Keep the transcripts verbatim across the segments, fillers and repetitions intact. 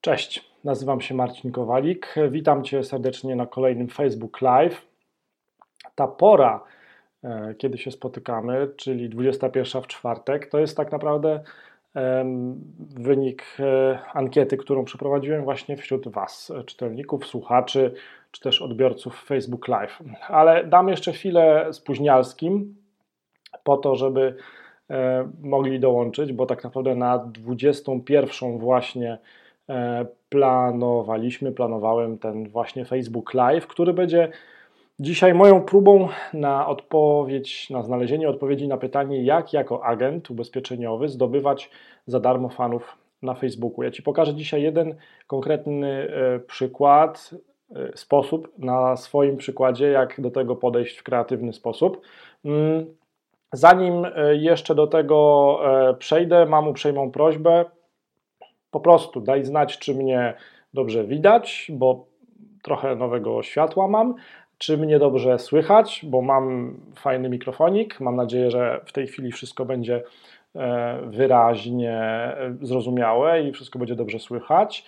Cześć, nazywam się Marcin Kowalik. Witam Cię serdecznie na kolejnym Facebook Live. Ta pora, kiedy się spotykamy, czyli dwudziesta pierwsza w czwartek, to jest tak naprawdę wynik ankiety, którą przeprowadziłem właśnie wśród Was, czytelników, słuchaczy, czy też odbiorców Facebook Live. Ale dam jeszcze chwilę spóźnialskim po to, żeby mogli dołączyć, bo tak naprawdę na dwudziestą pierwszą właśnie planowaliśmy, planowałem ten właśnie Facebook Live, który będzie dzisiaj moją próbą na odpowiedź, na znalezienie odpowiedzi na pytanie, jak jako agent ubezpieczeniowy zdobywać za darmo fanów na Facebooku. Ja Ci pokażę dzisiaj jeden konkretny przykład, sposób na swoim przykładzie, jak do tego podejść w kreatywny sposób. Zanim jeszcze do tego przejdę, mam uprzejmą prośbę, po prostu daj znać, czy mnie dobrze widać, bo trochę nowego światła mam, czy mnie dobrze słychać, bo mam fajny mikrofonik. Mam nadzieję, że w tej chwili wszystko będzie wyraźnie zrozumiałe i wszystko będzie dobrze słychać,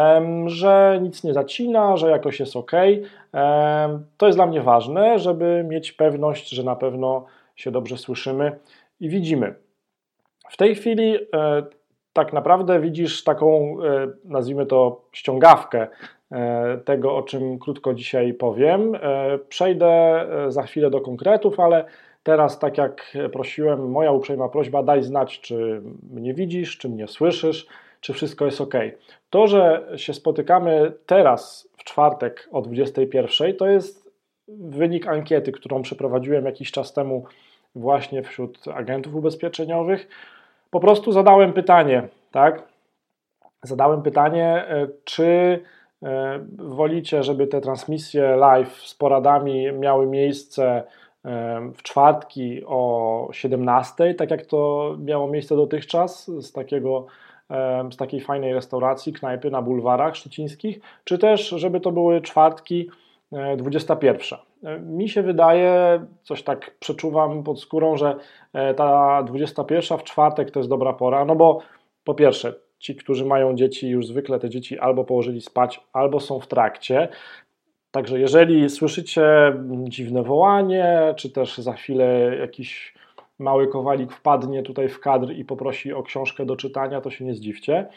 że nic nie zacina, że jakoś jest ok. To jest dla mnie ważne, żeby mieć pewność, że na pewno się dobrze słyszymy i widzimy. W tej chwili tak naprawdę widzisz taką, nazwijmy to, ściągawkę tego, o czym krótko dzisiaj powiem. Przejdę za chwilę do konkretów, ale teraz, tak jak prosiłem, moja uprzejma prośba, daj znać, czy mnie widzisz, czy mnie słyszysz, czy wszystko jest ok. To, że się spotykamy teraz w czwartek o dwudziestej pierwszej, to jest wynik ankiety, którą przeprowadziłem jakiś czas temu właśnie wśród agentów ubezpieczeniowych. Po prostu zadałem pytanie, tak? Zadałem pytanie, czy wolicie, żeby te transmisje live z poradami miały miejsce w czwartki o siedemnastej, tak jak to miało miejsce dotychczas z takiego, z takiej fajnej restauracji, knajpy na bulwarach szczecińskich, czy też, żeby to były czwartki dwudziesta pierwsza. Mi się wydaje, coś tak przeczuwam pod skórą, że ta dwudziesta pierwsza w czwartek to jest dobra pora, no bo po pierwsze, ci, którzy mają dzieci, już zwykle te dzieci albo położyli spać, albo są w trakcie. Także jeżeli słyszycie dziwne wołanie, czy też za chwilę jakiś mały kowalik wpadnie tutaj w kadr i poprosi o książkę do czytania, to się nie zdziwcie.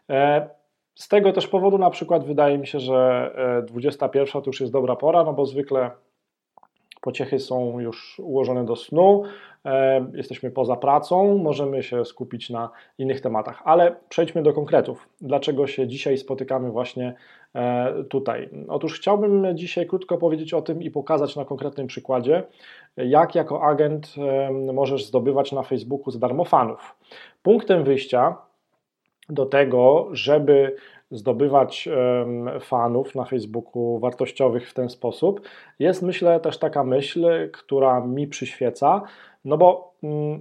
Z tego też powodu na przykład wydaje mi się, że dwudziesta pierwsza to już jest dobra pora, no bo zwykle pociechy są już ułożone do snu, jesteśmy poza pracą, możemy się skupić na innych tematach. Ale przejdźmy do konkretów. Dlaczego się dzisiaj spotykamy właśnie tutaj? Otóż chciałbym dzisiaj krótko powiedzieć o tym i pokazać na konkretnym przykładzie, jak jako agent możesz zdobywać na Facebooku za darmo fanów. Punktem wyjścia do tego, żeby zdobywać fanów na Facebooku wartościowych w ten sposób, jest, myślę, też taka myśl, która mi przyświeca, no bo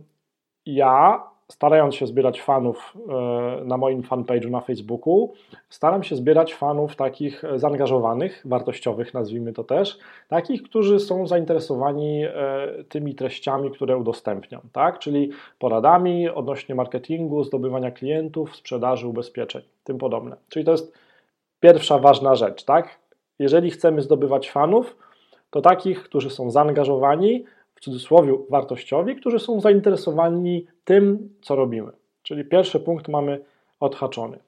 ja, starając się zbierać fanów na moim fanpage'u na Facebooku, staram się zbierać fanów takich zaangażowanych, wartościowych, nazwijmy to też, takich, którzy są zainteresowani tymi treściami, które udostępniam, tak? Czyli poradami odnośnie marketingu, zdobywania klientów, sprzedaży, ubezpieczeń, tym podobne. Czyli to jest pierwsza ważna rzecz, tak? Jeżeli chcemy zdobywać fanów, to takich, którzy są zaangażowani, w cudzysłowie wartościowi, którzy są zainteresowani tym, co robimy. Czyli pierwszy punkt mamy odhaczony.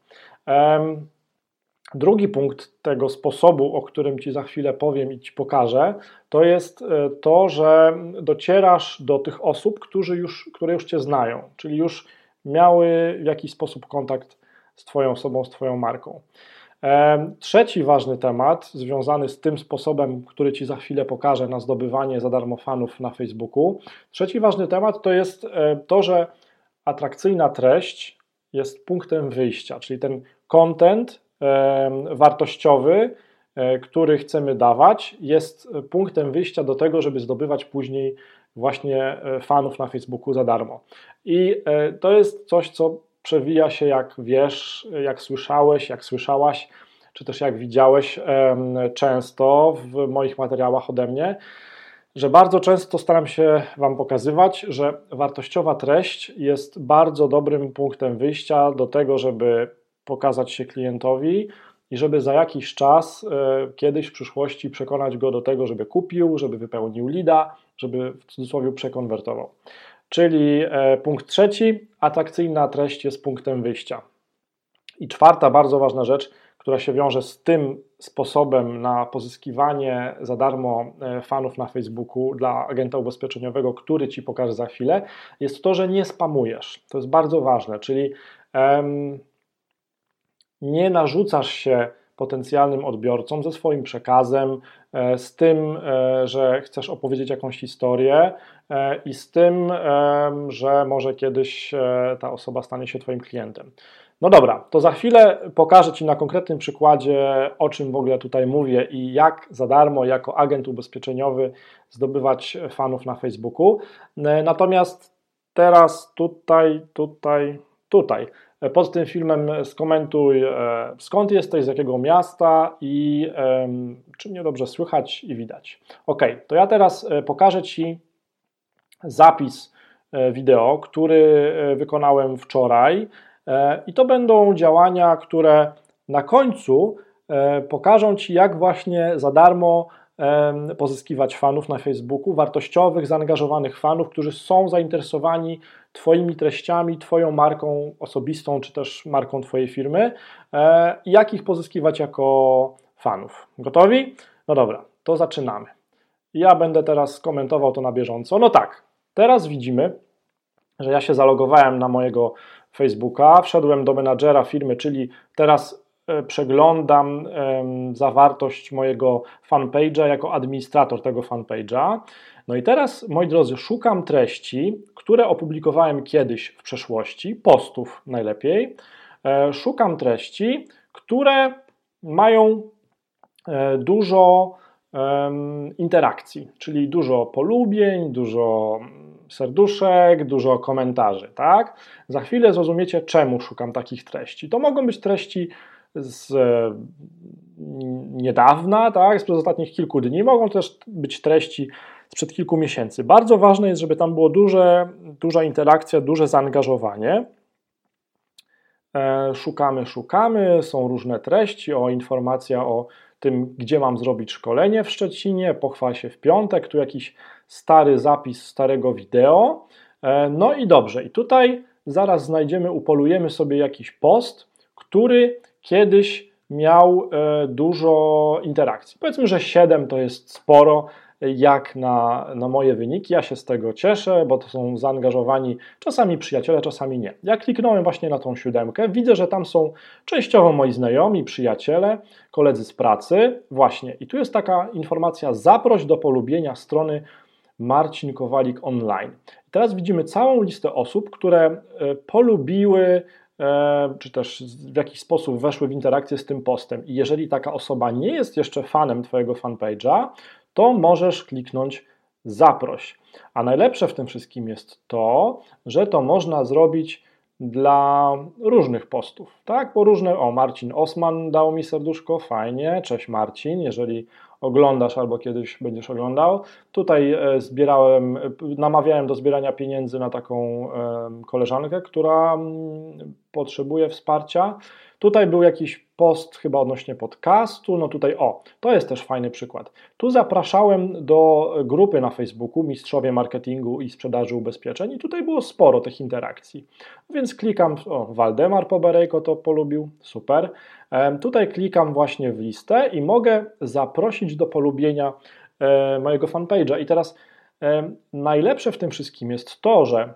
Drugi punkt tego sposobu, o którym Ci za chwilę powiem i Ci pokażę, to jest to, że docierasz do tych osób, którzy już, które już Cię znają, czyli już miały w jakiś sposób kontakt z Twoją osobą, z Twoją marką. Trzeci ważny temat, związany z tym sposobem, który Ci za chwilę pokażę na zdobywanie za darmo fanów na Facebooku. Trzeci ważny temat to jest to, że atrakcyjna treść jest punktem wyjścia, czyli ten content wartościowy, który chcemy dawać, jest punktem wyjścia do tego, żeby zdobywać później właśnie fanów na Facebooku za darmo. I to jest coś, co przewija się, jak wiesz, jak słyszałeś, jak słyszałaś, czy też jak widziałeś często w moich materiałach ode mnie, że bardzo często staram się Wam pokazywać, że wartościowa treść jest bardzo dobrym punktem wyjścia do tego, żeby pokazać się klientowi i żeby za jakiś czas, kiedyś w przyszłości przekonać go do tego, żeby kupił, żeby wypełnił leada, żeby w cudzysłowie przekonwertował. Czyli punkt trzeci, atrakcyjna treść jest punktem wyjścia. I czwarta bardzo ważna rzecz, która się wiąże z tym sposobem na pozyskiwanie za darmo fanów na Facebooku dla agenta ubezpieczeniowego, który Ci pokażę za chwilę, jest to, że nie spamujesz. To jest bardzo ważne, czyli um, nie narzucasz się potencjalnym odbiorcom ze swoim przekazem, z tym, że chcesz opowiedzieć jakąś historię i z tym, że może kiedyś ta osoba stanie się Twoim klientem. No dobra, to za chwilę pokażę Ci na konkretnym przykładzie, o czym w ogóle tutaj mówię i jak za darmo jako agent ubezpieczeniowy zdobywać fanów na Facebooku. Natomiast teraz tutaj, tutaj, tutaj pod tym filmem skomentuj, skąd jesteś, z jakiego miasta i czy mnie dobrze słychać i widać. Ok, to ja teraz pokażę Ci zapis wideo, który wykonałem wczoraj. I to będą działania, które na końcu pokażą Ci, jak właśnie za darmo pozyskiwać fanów na Facebooku, wartościowych, zaangażowanych fanów, którzy są zainteresowani Twoimi treściami, Twoją marką osobistą, czy też marką Twojej firmy i jak ich pozyskiwać jako fanów. Gotowi? No dobra, to zaczynamy. Ja będę teraz komentował to na bieżąco. No tak, teraz widzimy, że ja się zalogowałem na mojego Facebooka, wszedłem do menadżera firmy, czyli teraz przeglądam zawartość mojego fanpage'a jako administrator tego fanpage'a. No i teraz, moi drodzy, szukam treści, które opublikowałem kiedyś w przeszłości, postów najlepiej. Szukam treści, które mają dużo interakcji, czyli dużo polubień, dużo serduszek, dużo komentarzy, tak? Za chwilę zrozumiecie, czemu szukam takich treści. To mogą być treści z niedawna, tak? Sprzed ostatnich kilku dni, mogą też być treści sprzed kilku miesięcy. Bardzo ważne jest, żeby tam było duże, duża interakcja, duże zaangażowanie. Szukamy, szukamy, są różne treści, o informacja o tym, gdzie mam zrobić szkolenie w Szczecinie, pochwal się w piątek, tu jakiś stary zapis starego wideo. No i dobrze, i tutaj zaraz znajdziemy, upolujemy sobie jakiś post, który kiedyś miał dużo interakcji. Powiedzmy, że siedem to jest sporo, jak na, na moje wyniki. Ja się z tego cieszę, bo to są zaangażowani czasami przyjaciele, czasami nie. Ja kliknąłem właśnie na tą siódemkę, widzę, że tam są częściowo moi znajomi, przyjaciele, koledzy z pracy. Właśnie, i tu jest taka informacja: zaproś do polubienia strony Marcin Kowalik online. I teraz widzimy całą listę osób, które polubiły, czy też w jakiś sposób weszły w interakcję z tym postem. I jeżeli taka osoba nie jest jeszcze fanem Twojego fanpage'a, to możesz kliknąć zaproś. A najlepsze w tym wszystkim jest to, że to można zrobić dla różnych postów, tak? Bo różne, o, Marcin Osman dał mi serduszko, fajnie, cześć Marcin, jeżeli oglądasz albo kiedyś będziesz oglądał. Tutaj zbierałem, namawiałem do zbierania pieniędzy na taką koleżankę, która potrzebuje wsparcia. Tutaj był jakiś post chyba odnośnie podcastu, no tutaj o, to jest też fajny przykład. Tu zapraszałem do grupy na Facebooku Mistrzowie Marketingu i Sprzedaży Ubezpieczeń i tutaj było sporo tych interakcji. Więc klikam, o, Waldemar Poberejko to polubił, super. E, tutaj klikam właśnie w listę i mogę zaprosić do polubienia e, mojego fanpage'a. I teraz e, najlepsze w tym wszystkim jest to, że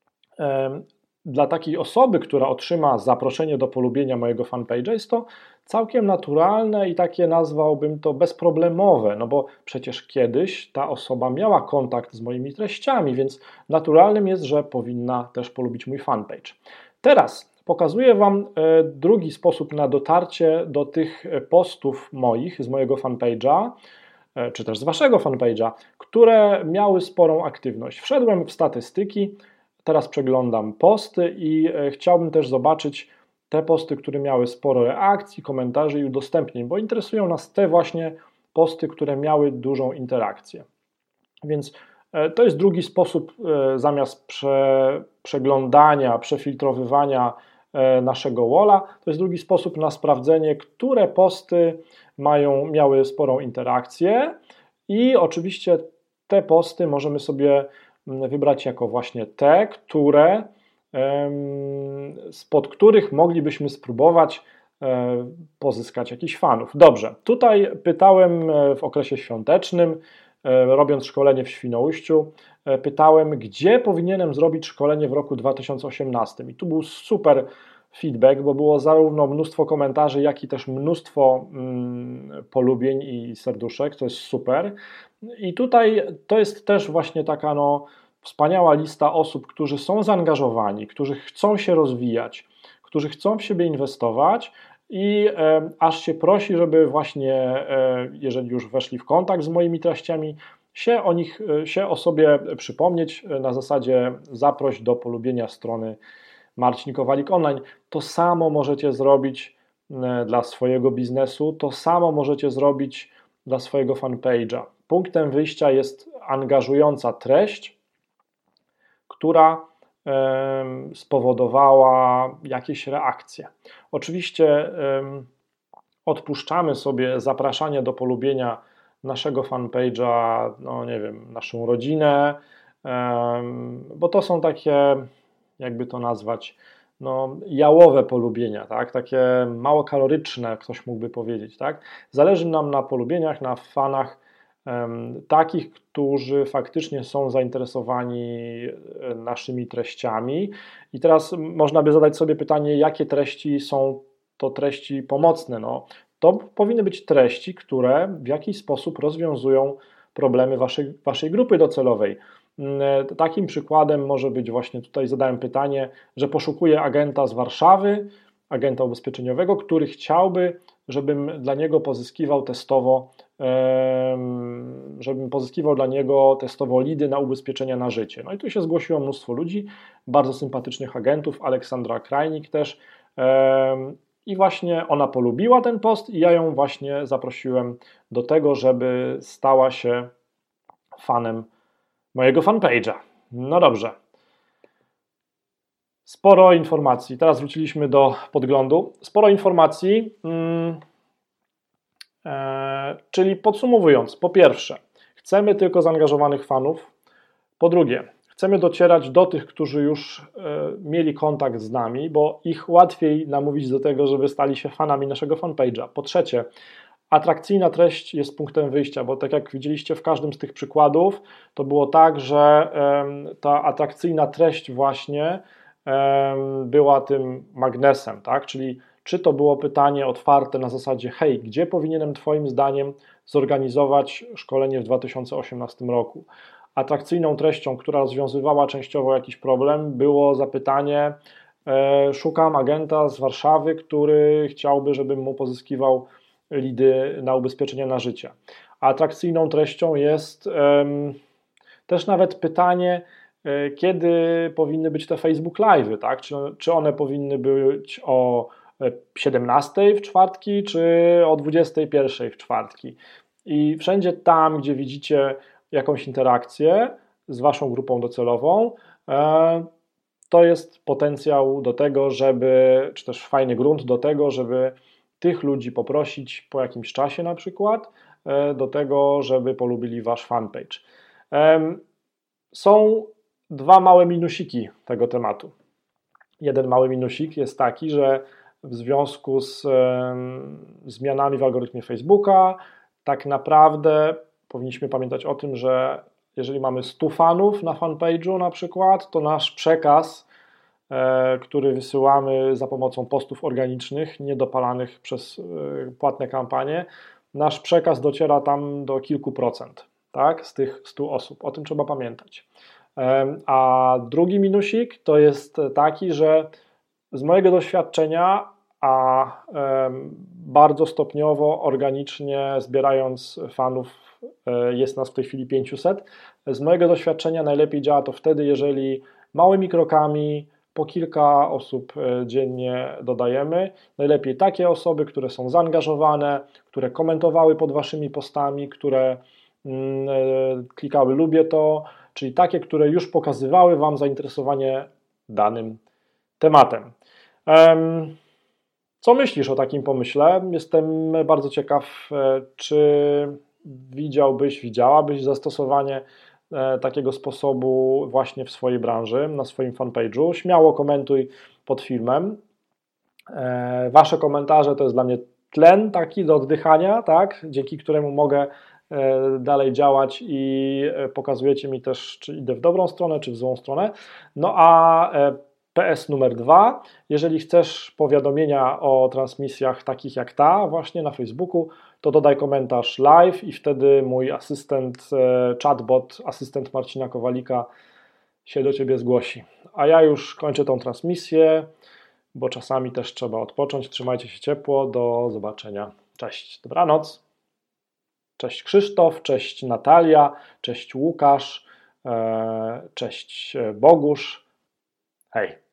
e, dla takiej osoby, która otrzyma zaproszenie do polubienia mojego fanpage'a, jest to całkiem naturalne i takie, nazwałbym to, bezproblemowe, no bo przecież kiedyś ta osoba miała kontakt z moimi treściami, więc naturalnym jest, że powinna też polubić mój fanpage. Teraz pokazuję Wam drugi sposób na dotarcie do tych postów moich z mojego fanpage'a, czy też z Waszego fanpage'a, które miały sporą aktywność. Wszedłem w statystyki. Teraz przeglądam posty i chciałbym też zobaczyć te posty, które miały sporo reakcji, komentarzy i udostępnień, bo interesują nas te właśnie posty, które miały dużą interakcję. Więc to jest drugi sposób, zamiast prze, przeglądania, przefiltrowywania naszego walla. To jest drugi sposób na sprawdzenie, które posty mają, miały sporą interakcję i oczywiście te posty możemy sobie wybrać jako właśnie te, które, spod których moglibyśmy spróbować pozyskać jakichś fanów. Dobrze, tutaj pytałem w okresie świątecznym, robiąc szkolenie w Świnoujściu, pytałem, gdzie powinienem zrobić szkolenie w roku dwa tysiące osiemnastym. I tu był super feedback, bo było zarówno mnóstwo komentarzy, jak i też mnóstwo mm, polubień i serduszek, to jest super. I tutaj to jest też właśnie taka no, wspaniała lista osób, którzy są zaangażowani, którzy chcą się rozwijać, którzy chcą w siebie inwestować i e, aż się prosi, żeby właśnie, e, jeżeli już weszli w kontakt z moimi treściami, się o nich, się o sobie przypomnieć na zasadzie zaproś do polubienia strony Marcin Kowalik Online. To samo możecie zrobić dla swojego biznesu, to samo możecie zrobić dla swojego fanpage'a. Punktem wyjścia jest angażująca treść, która spowodowała jakieś reakcje. Oczywiście odpuszczamy sobie zapraszanie do polubienia naszego fanpage'a, no nie wiem, naszą rodzinę, bo to są takie, jakby to nazwać, no, jałowe polubienia, tak? Takie mało kaloryczne, ktoś mógłby powiedzieć. Tak? Zależy nam na polubieniach, na fanach um, takich, którzy faktycznie są zainteresowani naszymi treściami. I teraz można by zadać sobie pytanie, jakie treści są to treści pomocne. No, to powinny być treści, które w jakiś sposób rozwiązują problemy waszej, waszej grupy docelowej. Takim przykładem może być właśnie, tutaj zadałem pytanie, że poszukuję agenta z Warszawy, agenta ubezpieczeniowego, który chciałby, żebym dla niego pozyskiwał testowo, żebym pozyskiwał dla niego testowo lidy na ubezpieczenia na życie. No i tu się zgłosiło mnóstwo ludzi, bardzo sympatycznych agentów, Aleksandra Krajnik też, i właśnie ona polubiła ten post i ja ją właśnie zaprosiłem do tego, żeby stała się fanem mojego fanpage'a. No dobrze. Sporo informacji. Teraz wróciliśmy do podglądu. Sporo informacji, hmm, e, czyli podsumowując, po pierwsze, chcemy tylko zaangażowanych fanów. Po drugie, chcemy docierać do tych, którzy już e, mieli kontakt z nami, bo ich łatwiej namówić do tego, żeby stali się fanami naszego fanpage'a. Po trzecie, atrakcyjna treść jest punktem wyjścia, bo tak jak widzieliście w każdym z tych przykładów, to było tak, że e, ta atrakcyjna treść właśnie e, była tym magnesem, tak? Czyli czy to było pytanie otwarte na zasadzie hej, gdzie powinienem Twoim zdaniem zorganizować szkolenie w dwa tysiące osiemnastym roku? Atrakcyjną treścią, która rozwiązywała częściowo jakiś problem, było zapytanie e, szukam agenta z Warszawy, który chciałby, żebym mu pozyskiwał lidy na ubezpieczenia na życie. Atrakcyjną treścią jest e, też nawet pytanie, e, kiedy powinny być te Facebook Live'y, tak? Czy, czy one powinny być o siedemnastej w czwartki, czy o dwudziestej pierwszej w czwartki. I wszędzie tam, gdzie widzicie jakąś interakcję z waszą grupą docelową, to jest potencjał do tego, żeby, czy też fajny grunt do tego, żeby tych ludzi poprosić po jakimś czasie na przykład do tego, żeby polubili wasz fanpage. Są dwa małe minusiki tego tematu. Jeden mały minusik jest taki, że w związku z zmianami w algorytmie Facebooka tak naprawdę powinniśmy pamiętać o tym, że jeżeli mamy stu fanów na fanpage'u na przykład, to nasz przekaz, e, który wysyłamy za pomocą postów organicznych, niedopalanych przez e, płatne kampanie, nasz przekaz dociera tam do kilku procent, tak, z tych stu osób. O tym trzeba pamiętać. E, a drugi minusik to jest taki, że z mojego doświadczenia, a e, bardzo stopniowo, organicznie zbierając fanów, e, jest nas w tej chwili pięćset. Z mojego doświadczenia najlepiej działa to wtedy, jeżeli małymi krokami po kilka osób e, dziennie dodajemy. Najlepiej takie osoby, które są zaangażowane, które komentowały pod waszymi postami, które mm, e, klikały lubię to, czyli takie, które już pokazywały wam zainteresowanie danym tematem. Co myślisz o takim pomyśle? Jestem bardzo ciekaw, czy widziałbyś, widziałabyś zastosowanie takiego sposobu właśnie w swojej branży, na swoim fanpage'u. Śmiało komentuj pod filmem. Wasze komentarze to jest dla mnie tlen taki do oddychania, tak? Dzięki któremu mogę dalej działać i pokazujecie mi też, czy idę w dobrą stronę, czy w złą stronę. No a P S numer dwa, jeżeli chcesz powiadomienia o transmisjach takich jak ta właśnie na Facebooku, to dodaj komentarz live i wtedy mój asystent, chatbot, asystent Marcina Kowalika się do Ciebie zgłosi. A ja już kończę tą transmisję, bo czasami też trzeba odpocząć. Trzymajcie się ciepło, do zobaczenia. Cześć, dobranoc. Cześć Krzysztof, cześć Natalia, cześć Łukasz, cześć Bogusz. Hej.